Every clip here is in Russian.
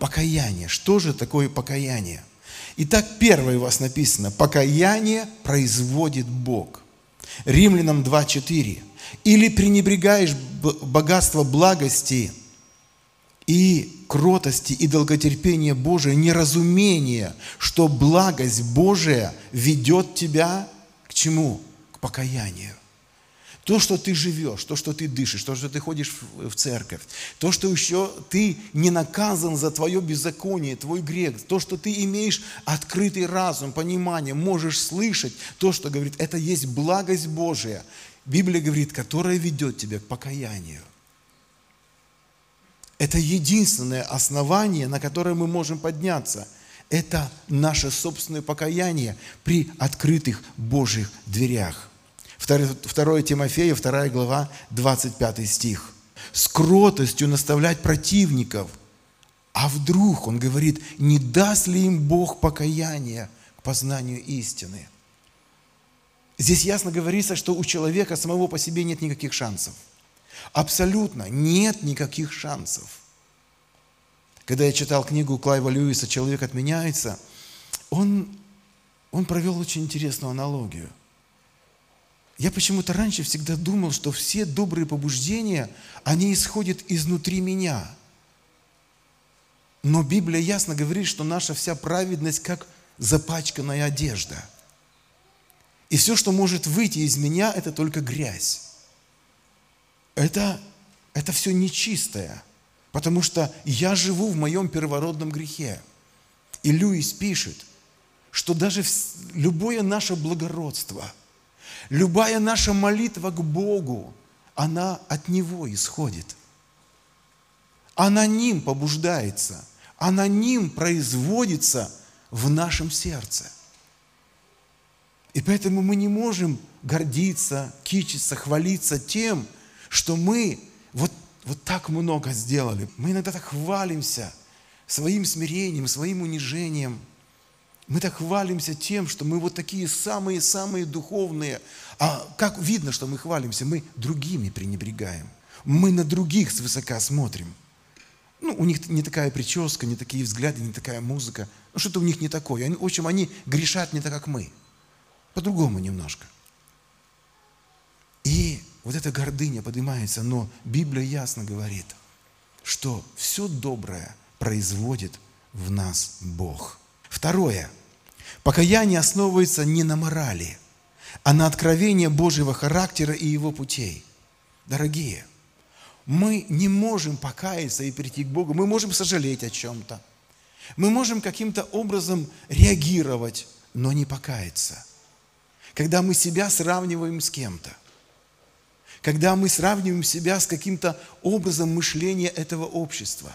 покаяние? Что же такое покаяние? Итак, первое у вас написано: покаяние производит Бог. Римлянам 2:4. Или пренебрегаешь богатство благости и кротости и долготерпения Божия, неразумение, что благость Божия ведет тебя к чему? К покаянию. То, что ты живешь, то, что ты дышишь, то, что ты ходишь в церковь, то, что еще ты не наказан за твое беззаконие, твой грех, то, что ты имеешь открытый разум, понимание, можешь слышать то, что говорит, это есть благость Божия. Библия говорит, которая ведет тебя к покаянию. Это единственное основание, на которое мы можем подняться. Это наше собственное покаяние при открытых Божьих дверях. 2 Тимофея, 2 глава, 25 стих. «С кротостью наставлять противников». А вдруг, он говорит, не даст ли им Бог покаяние к познанию истины? Здесь ясно говорится, что у человека самого по себе нет никаких шансов. Абсолютно нет никаких шансов. Когда я читал книгу Клайва Льюиса «Человек отменяется», он провел очень интересную аналогию. Я почему-то раньше всегда думал, что все добрые побуждения, они исходят изнутри меня. Но Библия ясно говорит, что наша вся праведность как запачканная одежда. И все, что может выйти из меня, это только грязь. Это все нечистое, потому что я живу в моем первородном грехе. И Льюис пишет, что даже любое наше благородство, любая наша молитва к Богу, она от Него исходит. Она ним побуждается, она ним производится в нашем сердце. И поэтому мы не можем гордиться, кичиться, хвалиться тем, что мы вот так много сделали. Мы иногда так хвалимся своим смирением, своим унижением. Мы так хвалимся тем, что мы вот такие самые-самые духовные. А как видно, что мы хвалимся? Мы другими пренебрегаем. Мы на других свысока смотрим. У них не такая прическа, не такие взгляды, не такая музыка. Что-то у них не такое. В общем, они грешат не так, как мы. По-другому немножко. И вот эта гордыня поднимается, но Библия ясно говорит, что все доброе производит в нас Бог. Второе. Покаяние основывается не на морали, а на откровении Божьего характера и Его путей. Дорогие, мы не можем покаяться и прийти к Богу. Мы можем сожалеть о чем-то. Мы можем каким-то образом реагировать, но не покаяться. Когда мы себя сравниваем с кем-то, когда мы сравниваем себя с каким-то образом мышления этого общества,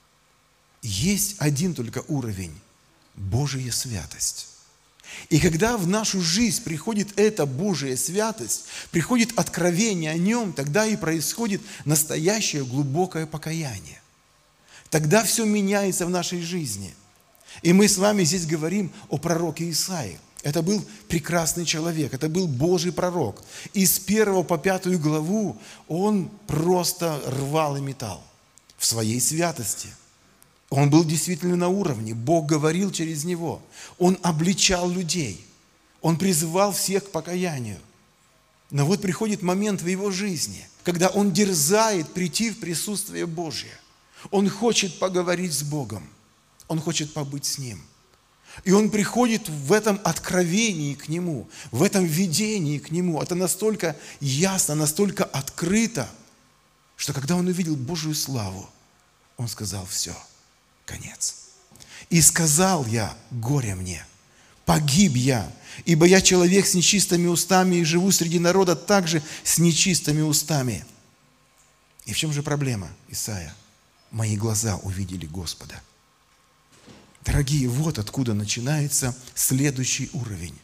есть один только уровень – Божия святость. И когда в нашу жизнь приходит эта Божия святость, приходит откровение о Нем, тогда и происходит настоящее глубокое покаяние. Тогда все меняется в нашей жизни. И мы с вами здесь говорим о пророке Исаии. Это был прекрасный человек, это был Божий пророк. И с 1 по 5 главу он просто рвал и метал в своей святости. Он был действительно на уровне, Бог говорил через него. Он обличал людей, он призывал всех к покаянию. Но вот приходит момент в его жизни, когда он дерзает прийти в присутствие Божье. Он хочет поговорить с Богом, он хочет побыть с Ним. И он приходит в этом откровении к Нему, в этом видении к Нему. Это настолько ясно, настолько открыто, что когда он увидел Божию славу, он сказал: все, конец. И сказал я: горе мне, погиб я, ибо я человек с нечистыми устами и живу среди народа также с нечистыми устами. И в чем же проблема, Исайя? Мои глаза увидели Господа. Дорогие, вот откуда начинается следующий уровень.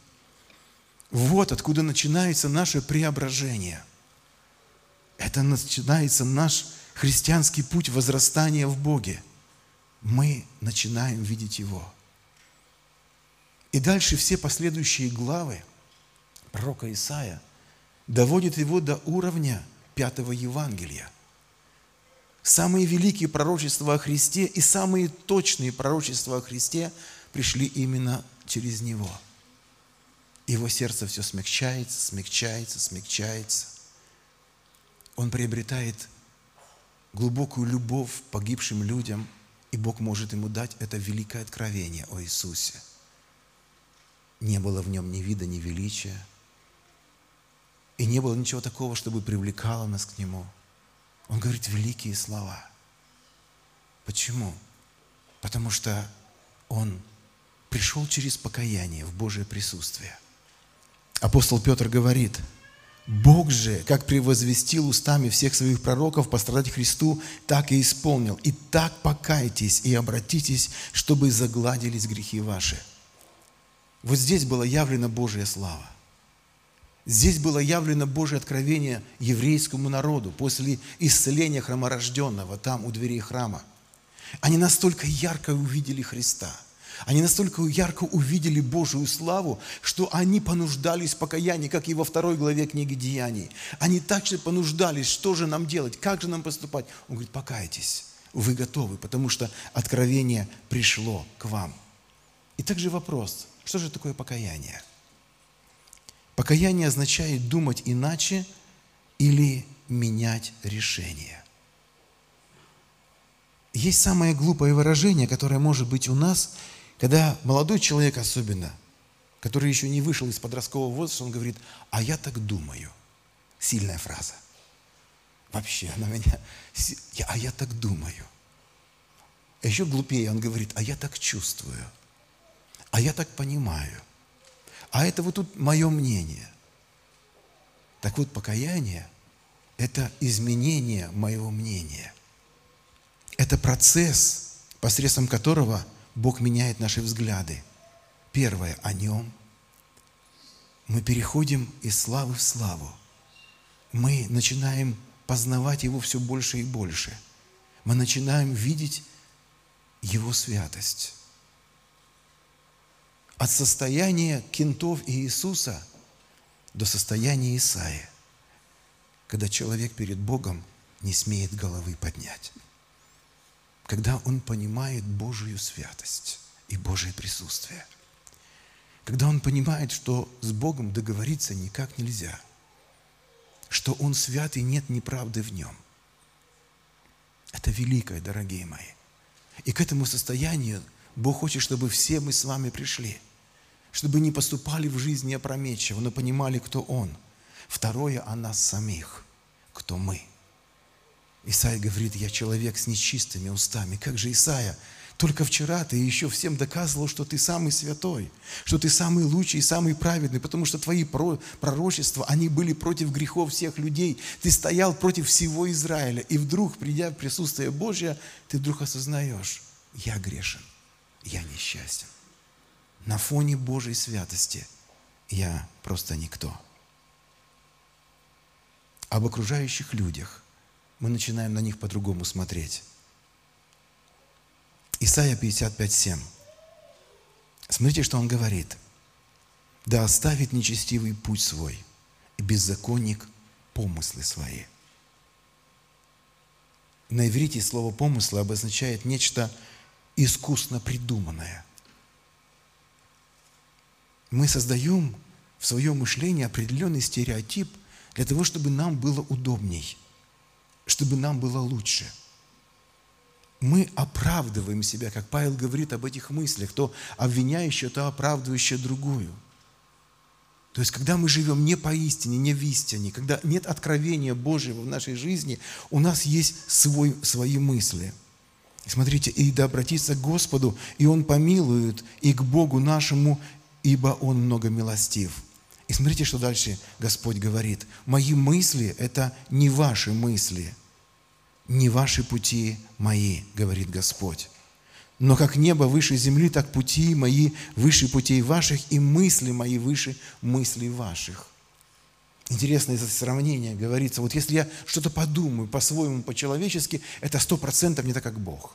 Вот откуда начинается наше преображение. Это начинается наш христианский путь возрастания в Боге. Мы начинаем видеть Его. И дальше все последующие главы пророка Исаия доводят его до уровня 5-го Евангелия. Самые великие пророчества о Христе и самые точные пророчества о Христе пришли именно через Него. Его сердце все смягчается, смягчается, смягчается. Он приобретает глубокую любовь к погибшим людям, и Бог может ему дать это великое откровение о Иисусе. Не было в нем ни вида, ни величия, и не было ничего такого, чтобы привлекало нас к Нему. Он говорит великие слова. Почему? Потому что Он пришел через покаяние в Божие присутствие. Апостол Петр говорит: Бог же, как превозвестил устами всех своих пророков пострадать Христу, так и исполнил. И так покайтесь и обратитесь, чтобы загладились грехи ваши. Вот здесь была явлена Божья слава. Здесь было явлено Божье откровение еврейскому народу после исцеления хроморожденного там у дверей храма. Они настолько ярко увидели Христа, они настолько ярко увидели Божию славу, что они понуждались в покаянии, как и во 2 главе книги Деяний. Они также понуждались, что же нам делать, как же нам поступать. Он говорит: покайтесь, вы готовы, потому что откровение пришло к вам. И также вопрос: что же такое покаяние? Покаяние означает думать иначе или менять решение. Есть самое глупое выражение, которое может быть у нас, когда молодой человек особенно, который еще не вышел из подросткового возраста, он говорит: а я так думаю. Сильная фраза. Вообще она меня... А я так думаю. А еще глупее, он говорит: а я так чувствую. А я так понимаю. А это вот тут мое мнение. Так вот, покаяние – это изменение моего мнения. Это процесс, посредством которого Бог меняет наши взгляды. Первое – о Нем. Мы переходим из славы в славу. Мы начинаем познавать Его все больше и больше. Мы начинаем видеть Его святость. От состояния кентов и Иисуса до состояния Исаии, когда человек перед Богом не смеет головы поднять. Когда он понимает Божию святость и Божие присутствие. Когда он понимает, что с Богом договориться никак нельзя. Что Он свят и нет неправды в Нем. Это великое, дорогие мои. И к этому состоянию Бог хочет, чтобы все мы с вами пришли. Чтобы не поступали в жизни опрометчиво, но понимали, кто Он. Второе, о нас самих. Кто мы. Исайя говорит: я человек с нечистыми устами. Как же, Исайя, только вчера ты еще всем доказывал, что ты самый святой, что ты самый лучший и самый праведный, потому что твои пророчества, они были против грехов всех людей. Ты стоял против всего Израиля. И вдруг, придя в присутствие Божье, ты вдруг осознаешь: я грешен, я несчастен. На фоне Божьей святости я просто никто. Об окружающих людях мы начинаем на них по-другому смотреть. Исайя 55:7. Смотрите, что он говорит. «Да оставит нечестивый путь свой, и беззаконник помыслы свои». На иврите слово «помыслы» обозначает нечто искусно придуманное. Мы создаем в своем мышлении определенный стереотип для того, чтобы нам было удобней, чтобы нам было лучше. Мы оправдываем себя, как Павел говорит об этих мыслях, то обвиняющее, то оправдывающее другую. То есть, когда мы живем не по истине, не в истине, когда нет откровения Божьего в нашей жизни, у нас есть свои мысли. Смотрите, «И да обратиться к Господу, и Он помилует, и к Богу нашему, ибо Он много милостив». И смотрите, что дальше Господь говорит. «Мои мысли – это не ваши мысли, не ваши пути мои, говорит Господь. Но как небо выше земли, так пути мои выше путей ваших, и мысли мои выше мыслей ваших». Интересное сравнение говорится. Вот если я что-то подумаю по-своему, по-человечески, это 100% не так, как Бог.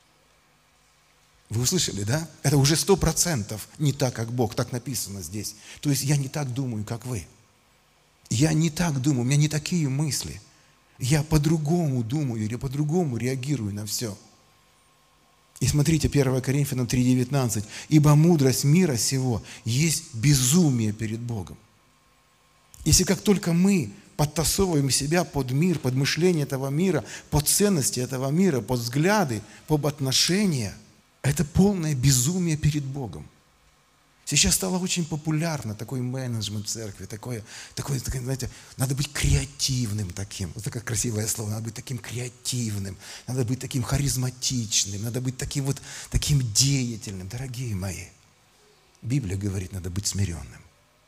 Вы услышали, да? Это уже 100% не так, как Бог. Так написано здесь. То есть я не так думаю, как вы. Я не так думаю, у меня не такие мысли. Я по-другому думаю или по-другому реагирую на все. И смотрите, 1 Коринфянам 3:19. «Ибо мудрость мира сего есть безумие перед Богом». Если как только мы подтасовываем себя под мир, под мышление этого мира, под ценности этого мира, под взгляды, под отношения, это полное безумие перед Богом. Сейчас стало очень популярно такой менеджмент церкви, такое, знаете, надо быть креативным таким. Вот такое красивое слово, надо быть таким креативным, надо быть таким харизматичным, надо быть таким деятельным. Дорогие мои, Библия говорит, надо быть смиренным.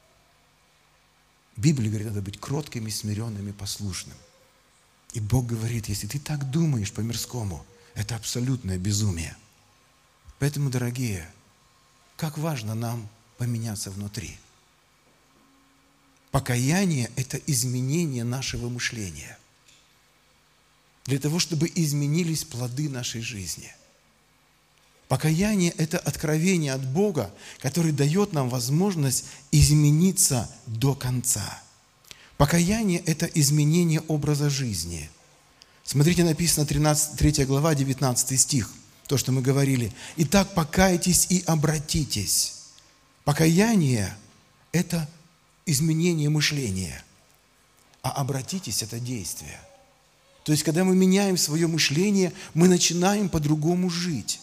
Библия говорит, надо быть кротким и смиренным и послушным. И Бог говорит, если ты так думаешь по-мирскому, это абсолютное безумие. Поэтому, дорогие, как важно нам поменяться внутри. Покаяние – это изменение нашего мышления. Для того, чтобы изменились плоды нашей жизни. Покаяние – это откровение от Бога, который дает нам возможность измениться до конца. Покаяние – это изменение образа жизни. Смотрите, написано 3 глава, 19 стих. То, что мы говорили. «Итак, покайтесь и обратитесь». Покаяние – это изменение мышления, а обратитесь – это действие. То есть, когда мы меняем свое мышление, мы начинаем по-другому жить.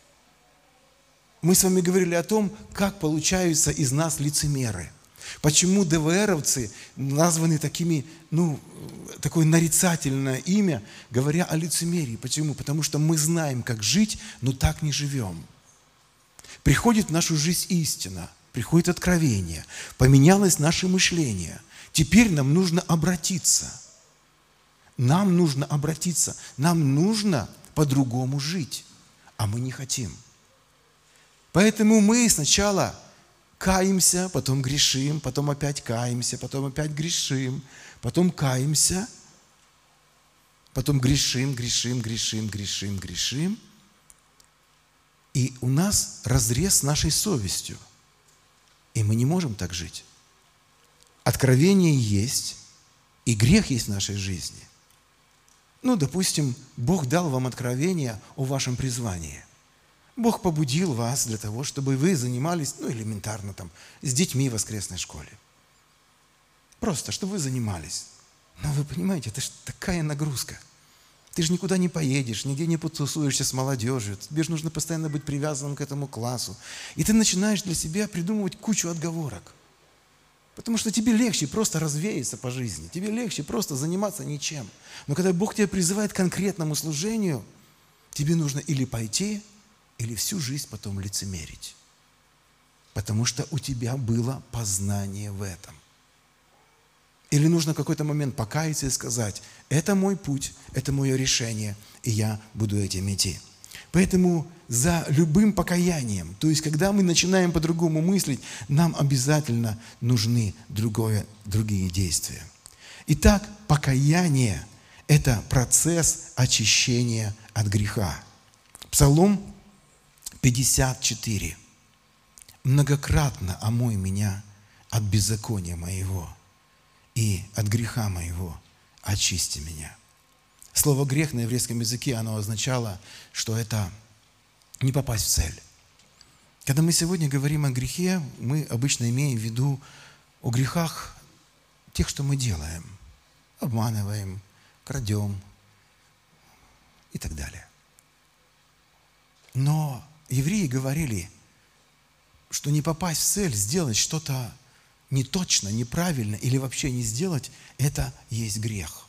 Мы с вами говорили о том, как получаются из нас лицемеры. Почему ДВРовцы названы такое нарицательное имя, говоря о лицемерии. Почему? Потому что мы знаем, как жить, но так не живем. Приходит в нашу жизнь истина, приходит откровение, поменялось наше мышление. Теперь нам нужно обратиться. Нам нужно обратиться. Нам нужно по-другому жить, а мы не хотим. Поэтому мы сначала каемся, потом грешим, потом опять каемся, потом опять грешим, потом каемся, потом грешим. И у нас разрез с нашей совестью. И мы не можем так жить. Откровение есть, и грех есть в нашей жизни. Допустим, Бог дал вам откровение о вашем призвании. Бог побудил вас для того, чтобы вы занимались, элементарно с детьми в воскресной школе. Просто, чтобы вы занимались. Но вы понимаете, это же такая нагрузка. Ты же никуда не поедешь, нигде не потусуешься с молодежью. Тебе же нужно постоянно быть привязанным к этому классу. И ты начинаешь для себя придумывать кучу отговорок. Потому что тебе легче просто развеяться по жизни. Тебе легче просто заниматься ничем. Но когда Бог тебя призывает к конкретному служению, тебе нужно или пойти, или всю жизнь потом лицемерить. Потому что у тебя было познание в этом. Или нужно в какой-то момент покаяться и сказать, это мой путь, это мое решение, и я буду этим идти. Поэтому за любым покаянием, то есть когда мы начинаем по-другому мыслить, нам обязательно нужны другие действия. Итак, покаяние – это процесс очищения от греха. Псалом 54. «Многократно омой меня от беззакония моего, и от греха моего очисти меня». Слово «грех» на еврейском языке, оно означало, что это не попасть в цель. Когда мы сегодня говорим о грехе, мы обычно имеем в виду о грехах тех, что мы делаем. Обманываем, крадем и так далее. Но евреи говорили, что не попасть в цель, сделать что-то не точно, неправильно или вообще не сделать, это есть грех.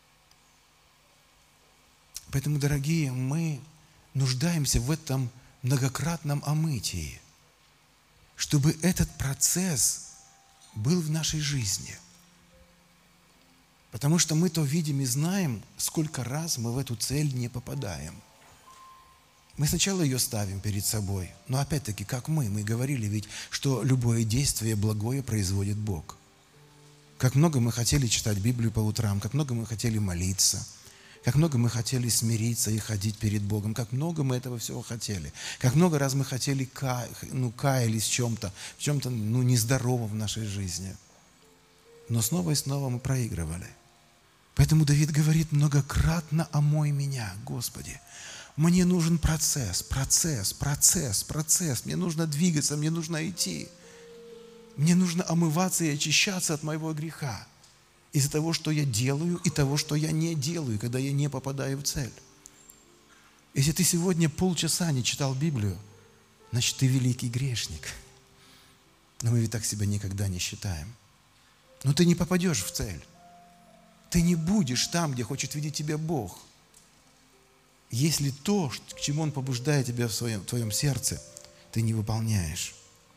Поэтому, дорогие, мы нуждаемся в этом многократном омытии, чтобы этот процесс был в нашей жизни. Потому что мы то видим и знаем, сколько раз мы в эту цель не попадаем. Мы сначала ее ставим перед собой, но опять-таки, как мы говорили ведь, что любое действие благое производит Бог. Как много мы хотели читать Библию по утрам, как много мы хотели молиться, как много мы хотели смириться и ходить перед Богом, как много мы этого всего хотели, как много раз мы хотели каялись в чем-то нездоровом в нашей жизни. Но снова и снова мы проигрывали. Поэтому Давид говорит: многократно омой меня, Господи. Мне нужен процесс. Мне нужно двигаться, мне нужно идти. Мне нужно омываться и очищаться от моего греха. Из-за того, что я делаю, и того, что я не делаю, когда я не попадаю в цель. Если ты сегодня полчаса не читал Библию, значит, ты великий грешник. Но мы ведь так себя никогда не считаем. Но ты не попадешь в цель. Ты не будешь там, где хочет видеть тебя Бог. Если то, к чему Он побуждает тебя в твоем сердце, ты не выполняешь.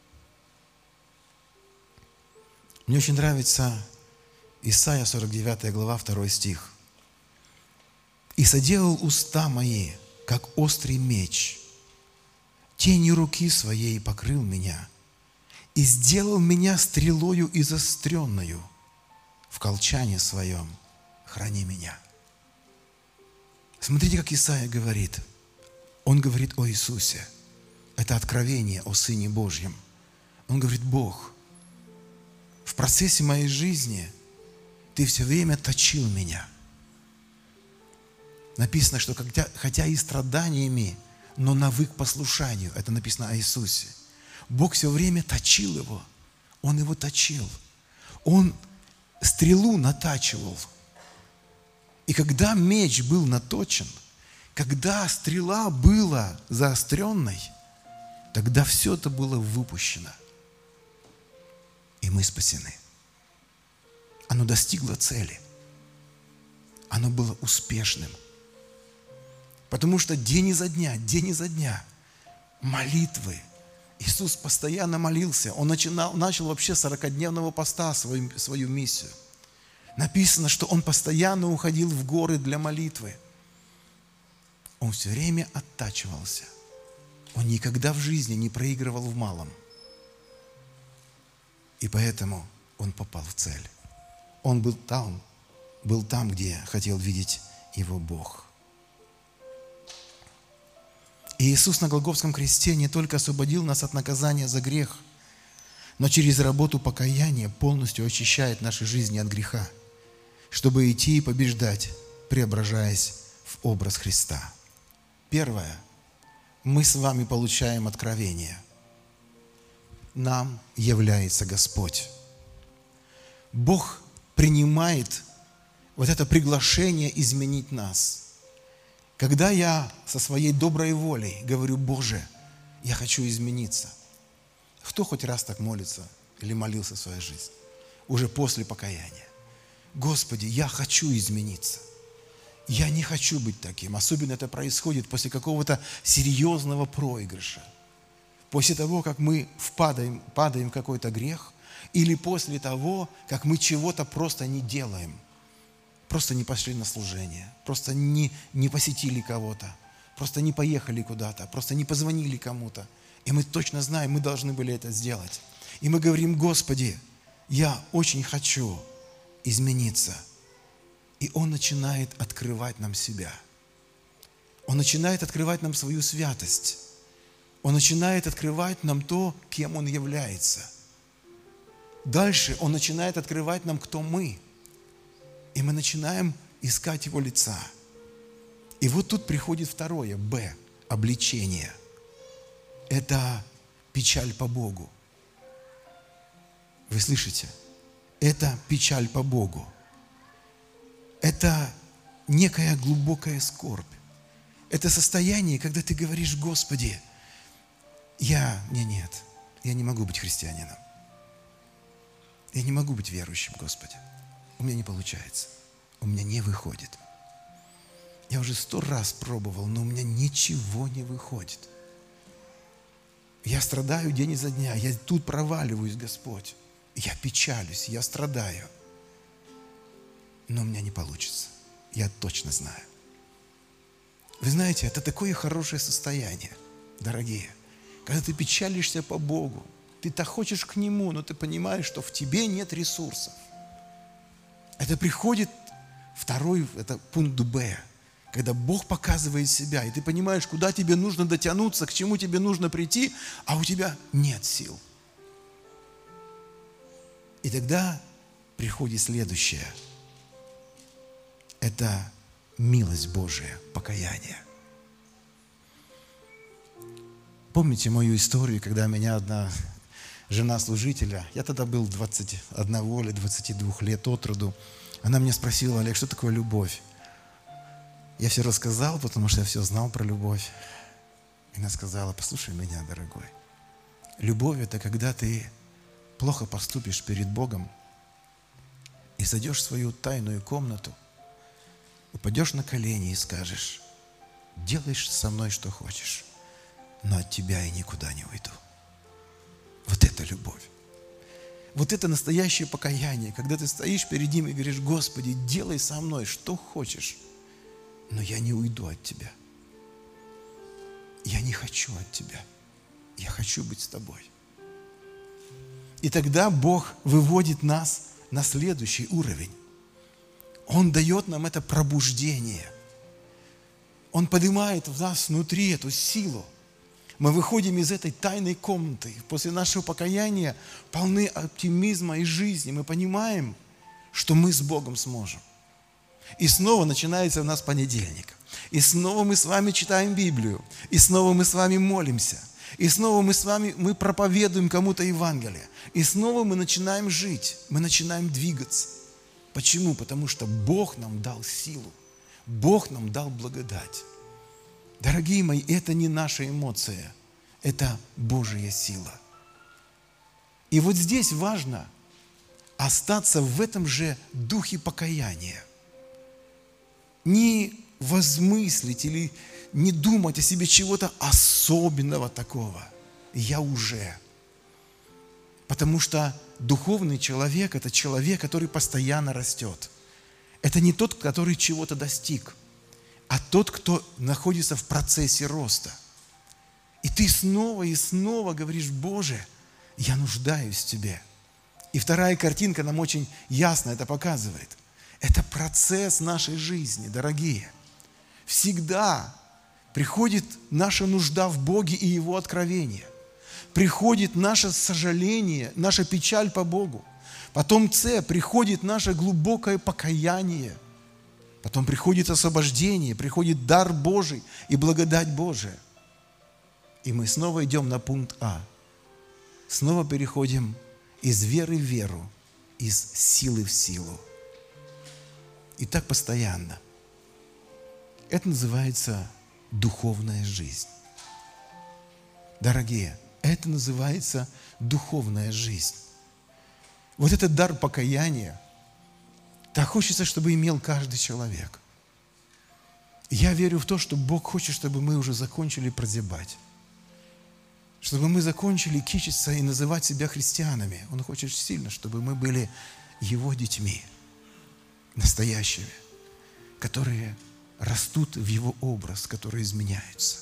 Мне очень нравится Исайя 49 глава, 2 стих. «И соделал уста мои, как острый меч, тенью руки своей покрыл меня, и сделал меня стрелою изостренную, в колчане своем храни меня». Смотрите, как Исайя говорит. Он говорит о Иисусе. Это откровение о Сыне Божьем. Он говорит: Бог, в процессе моей жизни Ты все время точил меня. Написано, что хотя и страданиями, но навык послушанию. Это написано о Иисусе. Бог все время точил Его. Он Его точил. Он стрелу натачивал. И когда меч был наточен, когда стрела была заостренной, тогда все это было выпущено. И мы спасены. Оно достигло цели. Оно было успешным. Потому что день изо дня молитвы. Иисус постоянно молился. Он начал вообще 40-дневного поста свою миссию. Написано, что Он постоянно уходил в горы для молитвы. Он все время оттачивался. Он никогда в жизни не проигрывал в малом. И поэтому он попал в цель. Он был там, где хотел видеть Его Бог. И Иисус на Голгофском кресте не только освободил нас от наказания за грех, но через работу покаяния полностью очищает наши жизни от греха, чтобы идти и побеждать, преображаясь в образ Христа. Первое. Мы с вами получаем откровение. Нам является Господь. Бог принимает вот это приглашение изменить нас. Когда я со своей доброй волей говорю: Боже, я хочу измениться. Кто хоть раз так молится или молился в своей жизни? Уже после покаяния. Господи, я хочу измениться. Я не хочу быть таким. Особенно это происходит после какого-то серьезного проигрыша. После того, как мы падаем в какой-то грех, или после того, как мы чего-то просто не делаем. Просто не пошли на служение, просто не посетили кого-то, просто не поехали куда-то, просто не позвонили кому-то. И мы точно знаем, мы должны были это сделать. И мы говорим: Господи, я очень хочу измениться. И Он начинает открывать нам себя. Он начинает открывать нам свою святость. Он начинает открывать нам то, кем Он является. Дальше Он начинает открывать нам, кто мы. И мы начинаем искать Его лица. И вот тут приходит второе, Б, обличение. Это печаль по Богу. Вы слышите? Это печаль по Богу. Это некая глубокая скорбь. Это состояние, когда ты говоришь: Господи, я не могу быть христианином. Я не могу быть верующим, Господи. У меня не получается. У меня не выходит. Я уже 100 раз пробовал, но у меня ничего не выходит. Я страдаю день изо дня. Я тут проваливаюсь, Господь. Я печалюсь, я страдаю. Но у меня не получится. Я точно знаю. Вы знаете, это такое хорошее состояние, дорогие. Когда ты печалишься по Богу, ты так хочешь к Нему, но ты понимаешь, что в тебе нет ресурсов. Это приходит это пункт Б, когда Бог показывает себя, и ты понимаешь, куда тебе нужно дотянуться, к чему тебе нужно прийти, а у тебя нет сил. И тогда приходит следующее. это милость Божия, покаяние. Помните мою историю, когда меня одна жена служителя, я тогда был 21 или 22 лет от роду, она меня спросила: Олег, что такое любовь? Я все рассказал, потому что я все знал про любовь. И она сказала: послушай меня, дорогой, любовь – это когда ты плохо поступишь перед Богом и зайдешь в свою тайную комнату, упадешь на колени и скажешь: делаешь со мной, что хочешь, но от тебя я никуда не уйду. Вот это любовь. Вот это настоящее покаяние, когда ты стоишь перед Ним и говоришь: Господи, делай со мной, что хочешь, но я не уйду от Тебя. Я не хочу от Тебя. Я хочу быть с Тобой. И тогда Бог выводит нас на следующий уровень. Он дает нам это пробуждение. Он поднимает в нас внутри эту силу. Мы выходим из этой тайной комнаты. После нашего покаяния полны оптимизма и жизни. Мы понимаем, что мы с Богом сможем. И снова начинается у нас понедельник. И снова мы с вами читаем Библию. И снова мы с вами молимся. И снова мы проповедуем кому-то Евангелие. И снова мы начинаем жить. Мы начинаем двигаться. Почему? Потому что Бог нам дал силу. Бог нам дал благодать. Дорогие мои, это не наша эмоция. Это Божья сила. И вот здесь важно остаться в этом же духе покаяния. Не возмыслить или не думать о себе чего-то особенного такого. Я уже. Потому что духовный человек – это человек, который постоянно растет. Это не тот, который чего-то достиг, а тот, кто находится в процессе роста. И ты снова и снова говоришь: Боже, я нуждаюсь в Тебе. И вторая картинка нам очень ясно это показывает. Это процесс нашей жизни, дорогие. Всегда приходит наша нужда в Боге и Его откровение. Приходит наше сожаление, наша печаль по Богу. Потом приходит наше глубокое покаяние. Потом приходит освобождение, приходит дар Божий и благодать Божия. И мы снова идем на пункт А. Снова переходим из веры в веру, из силы в силу. И так постоянно. Это называется духовная жизнь. Дорогие, это называется духовная жизнь. Вот этот дар покаяния, так хочется, чтобы имел каждый человек. Я верю в то, что Бог хочет, чтобы мы уже закончили прозябать. Чтобы мы закончили кичиться и называть себя христианами. Он хочет сильно, чтобы мы были Его детьми, настоящими, которые растут в Его образ, которые изменяются.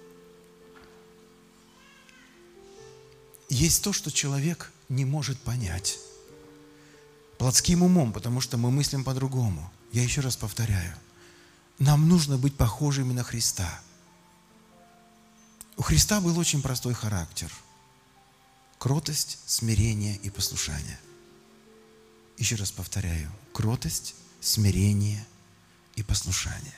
Есть то, что человек не может понять плотским умом, потому что мы мыслим по-другому. Я еще раз повторяю. Нам нужно быть похожими на Христа. У Христа был очень простой характер. Кротость, смирение и послушание. Еще раз повторяю. Кротость, смирение и послушание.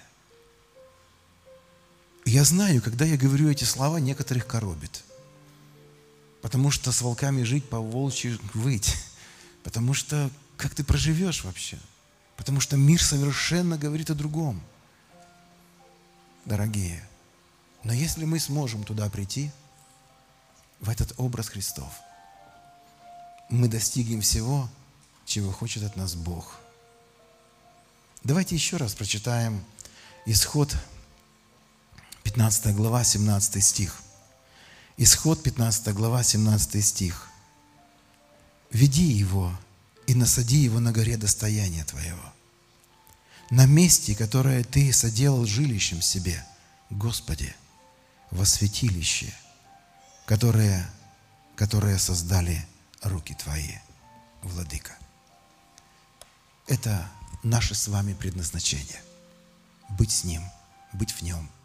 Я знаю, когда я говорю эти слова, некоторых коробит. Потому что с волками жить, по-волчьи выть. Потому что как ты проживешь вообще? Потому что мир совершенно говорит о другом. Дорогие, но если мы сможем туда прийти, в этот образ Христов, мы достигнем всего, чего хочет от нас Бог. Давайте еще раз прочитаем Исход 15 глава, 17 стих. Исход 15 глава, 17 стих. «Веди его и насади его на горе достояния твоего, на месте, которое ты соделал жилищем себе, Господи, во святилище, которое создали руки твои, Владыка». Это наше с вами предназначение. Быть с Ним, быть в Нем.